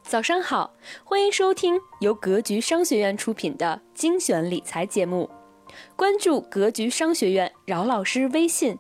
早上好，欢迎收听由格局商学院出品的精选理财节目。关注格局商学院饶老师微信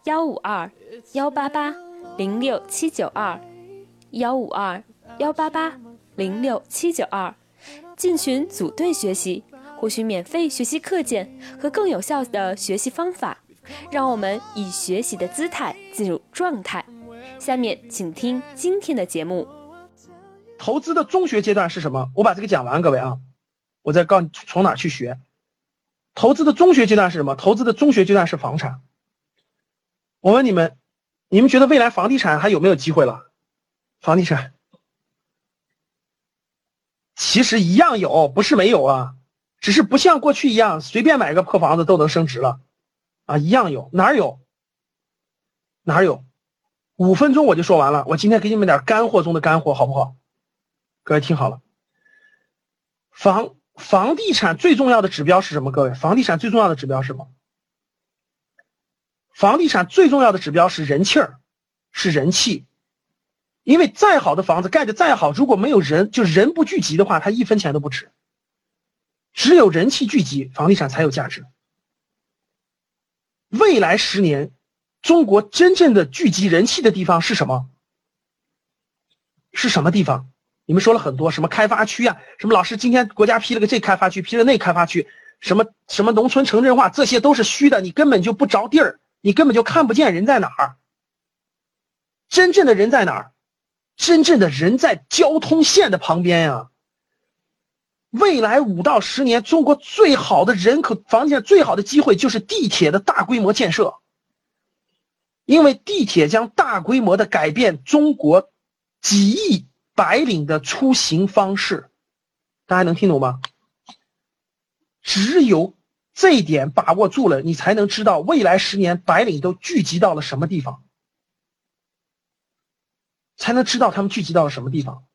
152-188-06792，152-188-06792，进群组队学习，获取免费学习课件和更有效的学习方法。让我们以学习的姿态进入状态。下面请听今天的节目。 投资的中学阶段是什么？我把这个讲完，各位啊，我再告诉你从哪去学。投资的中学阶段是什么？投资的中学阶段是房产。我问你们，你们觉得未来房地产还有没有机会了？房地产其实一样有，不是没有啊，只是不像过去一样随便买个破房子都能升值了啊，一样有。哪有？5分钟我就说完了。我今天给你们点干货中的干货，好不好？各位听好了，房地产最重要的指标是什么？各位，房地产最重要的指标是什么？房地产最重要的指标是人气儿，是人气。因为再好的房子盖得再好，如果没有人，就人不聚集的话，它1分钱都不值。只有人气聚集，房地产才有价值。未来10年，中国真正的聚集人气的地方是什么？是什么地方？你们说了很多，什么开发区啊，什么老师今天国家批了个这开发区，批了那开发区，什么农村城镇化，这些都是虚的，你根本就不着地儿，你根本就看不见人在哪儿。真正的人在哪儿？真正的人在交通线的旁边呀。未来5到10年，中国最好的人口房地产最好的机会就是地铁的大规模建设，因为地铁将大规模的改变中国几亿白领的出行方式。大家能听懂吗？只有这一点把握住了，你才能知道未来10年白领都聚集到了什么地方，才能知道他们聚集到了什么地方。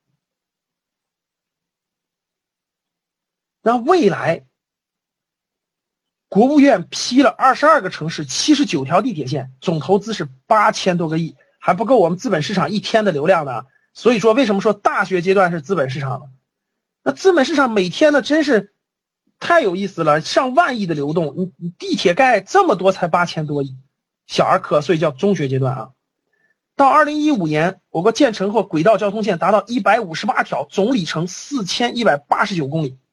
那未来国务院批了22个城市79条地铁线，总投资是8000多个亿，还不够我们资本市场1天的流量呢。所以说为什么说大学阶段是资本市场呢？那资本市场每天呢真是太有意思了，上万亿的流动，你地铁盖这么多才8000多亿，小儿科，所以叫中学阶段啊。到2015年，我国建成后轨道交通线达到158条，总里程4189公里。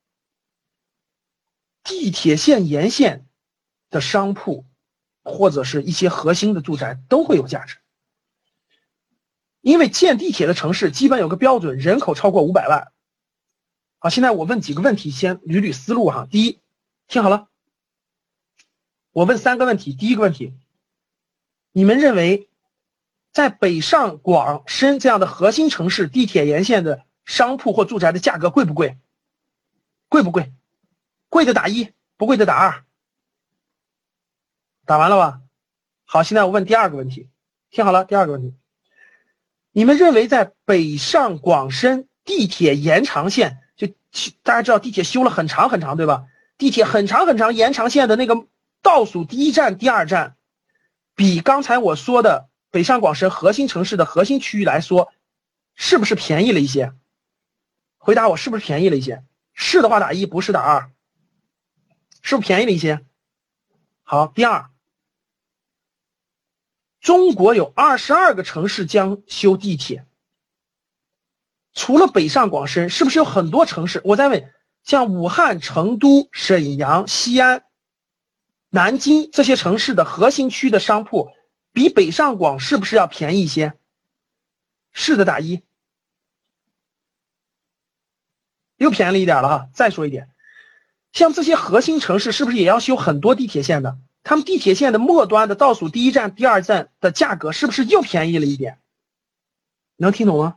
地铁线沿线的商铺或者是一些核心的住宅都会有价值。因为建地铁的城市基本有个标准，人口超过500万。好，现在我问几个问题，先捋捋思路哈。第一，听好了，我问3个问题。第一个问题，你们认为在北上广深这样的核心城市，地铁沿线的商铺或住宅的价格贵不贵？贵不贵？贵的打1，不贵的打2。打完了吧？好，现在我问第2个问题，听好了，第2个问题，你们认为在北上广深地铁延长线，就大家知道地铁修了很长很长，对吧？地铁很长很长延长线的那个倒数第1站、第2站，比刚才我说的北上广深核心城市的核心区域来说，是不是便宜了一些？回答我，是不是便宜了一些？是的话打1，不是打2。是不是便宜了一些？好，第2，中国有22个城市将修地铁，除了北上广深，是不是有很多城市？我再问，像武汉、成都、沈阳、西安、南京这些城市的核心区的商铺，比北上广是不是要便宜一些？是的打1，又便宜了一点了哈。再说一点，像这些核心城市是不是也要修很多地铁线的？他们地铁线的末端的倒数第1站、第2站的价格是不是又便宜了一点？能听懂吗？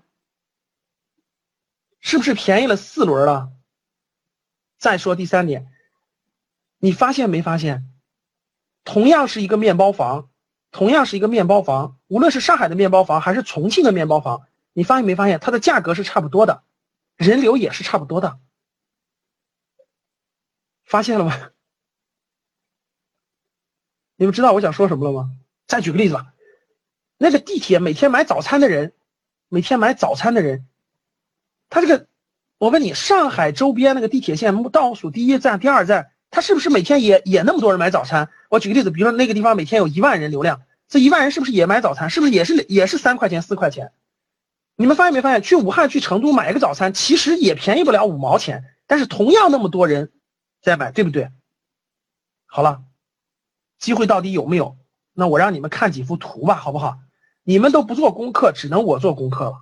是不是便宜了4轮了？再说第3点，你发现没发现，同样是一个面包房，无论是上海的面包房还是重庆的面包房，你发现没发现它的价格是差不多的，人流也是差不多的。发现了吗？你们知道我想说什么了吗？再举个例子吧，那个地铁每天买早餐的人， 它这个，我问你，上海周边那个地铁线倒数第一站、第二站，它是不是每天也那么多人买早餐？我举个例子，比如说那个地方每天有1万人流量，这1万人是不是也买早餐？是不是也是3块钱、4块钱？你们发现没发现，去武汉、去成都买一个早餐，其实也便宜不了5毛钱，但是同样那么多人在买，对不对？好了，机会到底有没有？那我让你们看几幅图吧，好不好？你们都不做功课，只能我做功课了，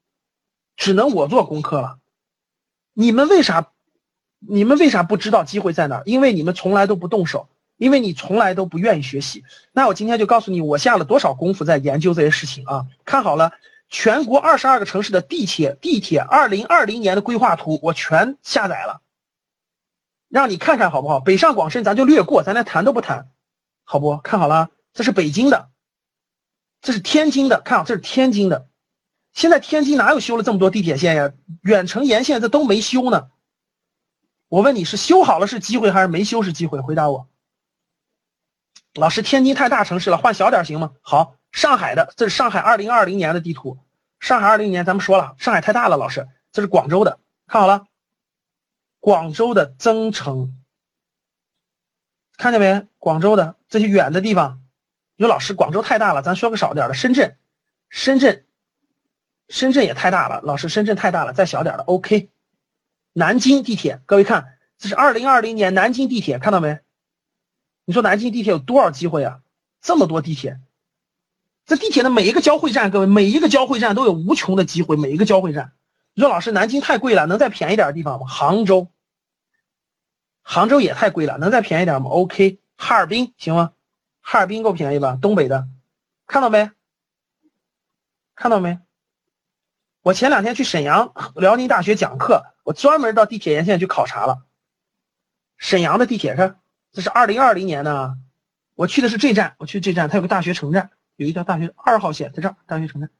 你们为啥不知道机会在哪儿？因为你们从来都不动手，因为你从来都不愿意学习。那我今天就告诉你，我下了多少功夫在研究这些事情啊！看好了，全国22个城市的地铁2020年的规划图我全下载了，让你看看好不好？北上广深咱就略过，咱连谈都不谈，好不？看好了，这是北京的，这是天津的，看好，这是天津的。现在天津哪有修了这么多地铁线呀？远程沿线这都没修呢。我问你，是修好了是机会还是没修是机会？回答我。老师，天津太大城市了，换小点行吗？好，上海的，这是上海2020年的地图。上海20年咱们说了，上海太大了，老师，这是广州的，看好了，广州的增城，看见没？广州的这些远的地方，你说老师广州太大了，咱说个少点的。深圳也太大了，老师深圳太大了，再小点的 OK。 南京地铁，各位看，这是2020年南京地铁，看到没？你说南京地铁有多少机会啊？这么多地铁，这地铁的每一个交汇站，各位，每一个交汇站都有无穷的机会，每一个交汇站。你说老师南京太贵了，能再便宜点的地方吗？杭州也太贵了，能再便宜点吗？ OK。 哈尔滨行吗？哈尔滨够便宜吧？东北的，看到没？我前2天去沈阳辽宁大学讲课，我专门到地铁沿线去考察了。沈阳的地铁，看，这是2020年的，我去的是这站，它有个大学城站，有一条大学2号线在这儿，大学城站。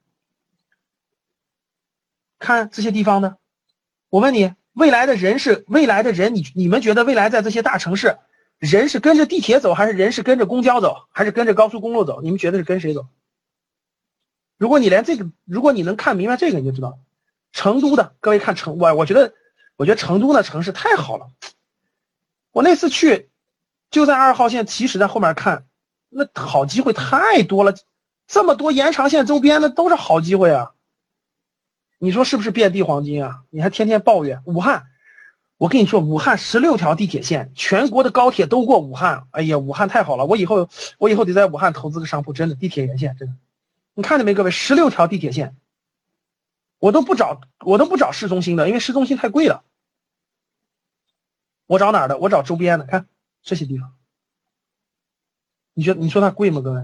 看这些地方的，我问你，未来的人，你们觉得未来在这些大城市，人是跟着地铁走，还是人是跟着公交走，还是跟着高速公路走？你们觉得是跟谁走？如果你能看明白这个，你就知道。成都的，各位看我觉得成都的城市太好了。我那次去就在2号线，其实在后面看，那好机会太多了，这么多延长线周边的都是好机会啊。你说是不是遍地黄金啊？你还天天抱怨武汉，我跟你说，武汉16条地铁线，全国的高铁都过武汉。哎呀，武汉太好了，我以后得在武汉投资个商铺，真的，地铁沿线真的。你看见没，各位，16条地铁线，我都不找市中心的，因为市中心太贵了。我找哪儿的？我找周边的，看这些地方。你说它贵吗，各位？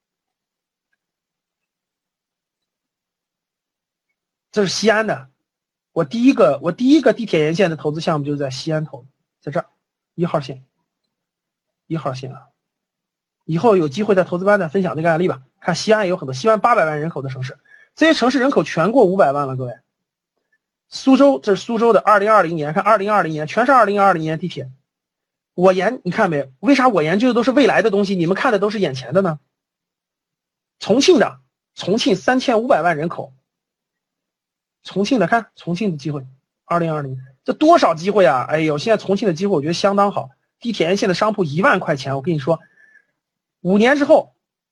这是西安的，我第一个地铁沿线的投资项目就是在西安投的，在这儿1号线啊。以后有机会在投资班再分享这个案例吧。看西安也有很多，西安800万人口的城市，这些城市人口全过500万了，各位。苏州，这是苏州的2020年，看2020年全是2020年地铁。你看没？为啥我研究的都是未来的东西，你们看的都是眼前的呢？重庆3500万人口，重庆的，看重庆的机会，2020这多少机会啊！哎呦，现在重庆的机会我觉得相当好，地铁沿线的商铺1万块钱，我跟你说，5年之后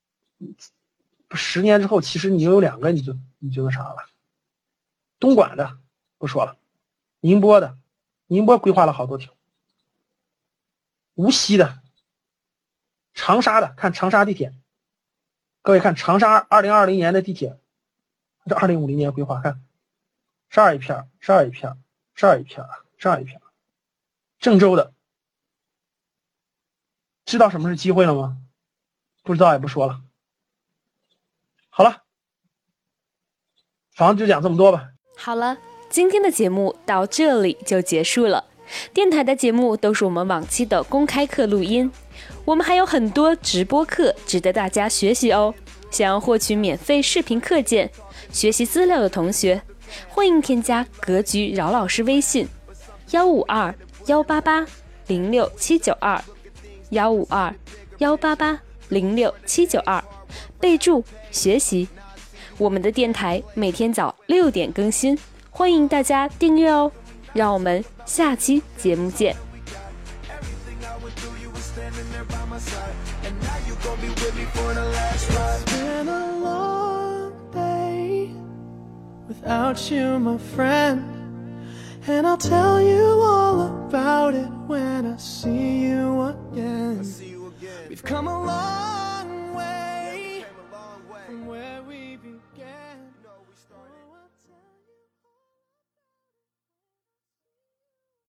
10年之后，其实你有2个，你就那啥了。东莞的不说了，宁波规划了好多条，无锡的，长沙的，看长沙地铁，各位看长沙2020年的地铁，这2050年规划，看12一片。郑州的，知道什么是机会了吗？不知道也不说了。好了，房子就讲这么多吧。 好了，今天的节目到这里就结束了。电台的节目都是我们往期的公开课录音，我们还有很多直播课值得大家学习哦。想要获取免费视频课件、学习资料的同学，欢迎添加格局饶老师微信152-188-06792，152-188-06792，备注学习。我们的电台每天早6点更新， 欢迎大家订阅哦。让我们下期节目见。 Without you, my friend, and I'll tell you all about it when I see you again. We've come a long